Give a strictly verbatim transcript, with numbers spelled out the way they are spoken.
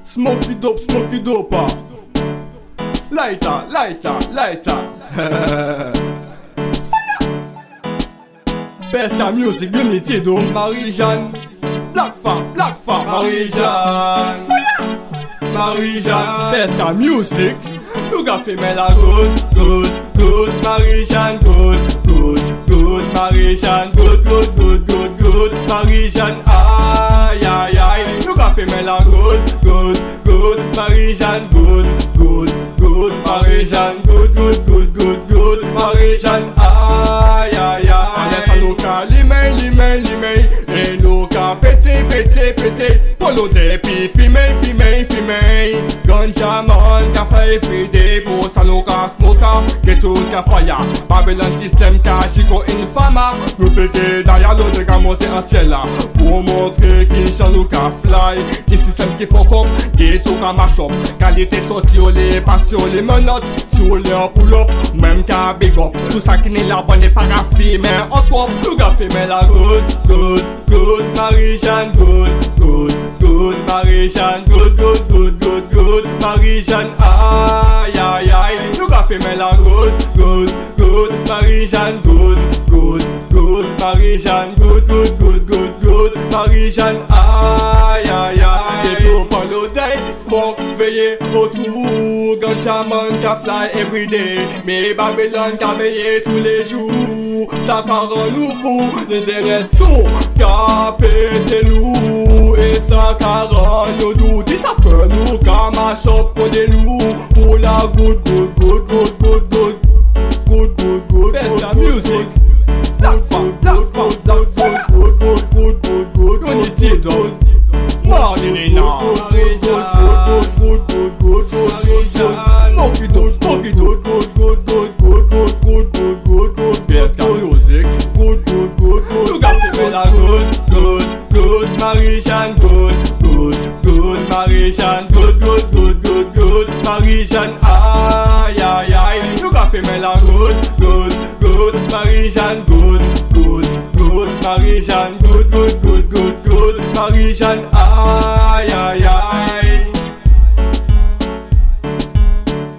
Smoke it up, smoke it up. ah. Lighter, lighter, lighter. Best of music, unity do Marie-Jeanne. Black femme, black femme, Marie-Jeanne. Marie-Jeanne, best of music. Look at female good, good, good, Marie-Jeanne, good, good, good, Marie-Jeanne, good, good, good, good, good, Marie-Jeanne, aïe, aïe, aïe. Look at female good, good, good, Marie-Jeanne, good, good, good, Marie-Jeanne, good, good, good, good, good, Marie-Jeanne, aïe, aïe, aïe. Laisse à nous qu'à l'email, l'email, l'email, et nous qu'à péter, péter, péter, pour nous dépi, female, female, female, ganja man, qu'à faire everyday, pour ça nous qu'à smoker, get tout qu'à fire, Babylon system qu'à chico infama, nous péter derrière l'eau de qu'à monter en ciel là, pour montrer qu'il chante nous qu'à fly, des systèmes qui font comme, get tout qu'à marche up, qualité sortie au les passions, les menottes, sur les pull up, même qu'à big up, tout ça qui n'est la bonne n'est pas qu'à mais on trouve tout qu'à mais la good, good, good, Marie-Jeanne, good, good, good, Marie-Jeanne, good, good, good, good, good, Marie-Jeanne, aïe, aïe, aïe, tout qu'à mais la good, good, good, Marie-Jeanne, good, good, good, Marie-Jeanne, good, good, good, good, good, Marie-Jeanne, aïe, aïe, aïe. Des gros paloday, fuck, veiller autour, ganja man qu'à fly everyday, mais Babylon qu'à veiller tous les jours, ça qu'à rend nous fous, les derrières sont qu'à péter loup, et ça qu'à rend nous doutes, ils savent que nous qu'à mash up pour des loups, pour la good, good, good, good, good, good, good, good, good, best of music, black femme, black femme, black femme, good, good, good, good, good, good, unity done, morning in now, good, good, good, good, good, good, smoke it up, smoke it up, good, good, good, good, good, good, good, good, good, best of music, good, good, good, good, look at the fella, good, good, good, Marie-Jeanne, good, good, good, Marie-Jeanne, good, good, good, good, good, Marie-Jeanne, aïe, aïe, aïe, look at the fella, good, good, good, Marie-Jeanne, good, good, good, Marie-Jeanne, good, good, good, good, good, Marie-Jeanne, aïe, aïe, aïe.